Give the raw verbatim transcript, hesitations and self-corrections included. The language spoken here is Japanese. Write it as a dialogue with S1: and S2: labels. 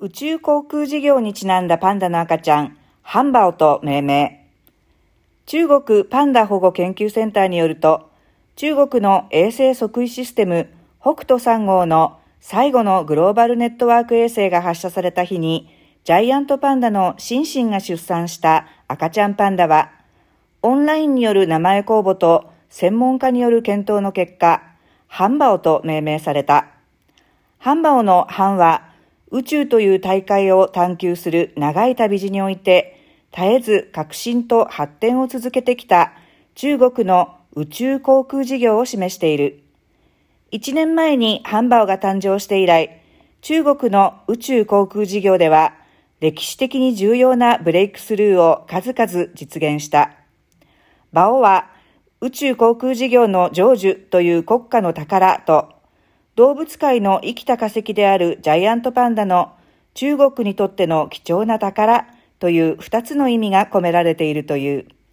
S1: 宇宙航空事業にちなんだパンダの赤ちゃん、ハンバオと命名。中国パンダ保護研究センターによると、中国の衛星測位システム北斗さん号の最後のグローバルネットワーク衛星が発射された日に、ジャイアントパンダのシンシンが出産した赤ちゃんパンダは、オンラインによる名前公募と専門家による検討の結果、ハンバオと命名された。ハンバオのハンは、宇宙という大海を探求する長い旅路において、絶えず革新と発展を続けてきた中国の宇宙航空事業を示している。いちねんまえにハンバオが誕生して以来、中国の宇宙航空事業では、歴史的に重要なブレイクスルーを数々実現した。バオは、宇宙航空事業の成就という国家の宝と、動物界の生きた化石であるジャイアントパンダの中国にとっての貴重な宝という二つの意味が込められているという。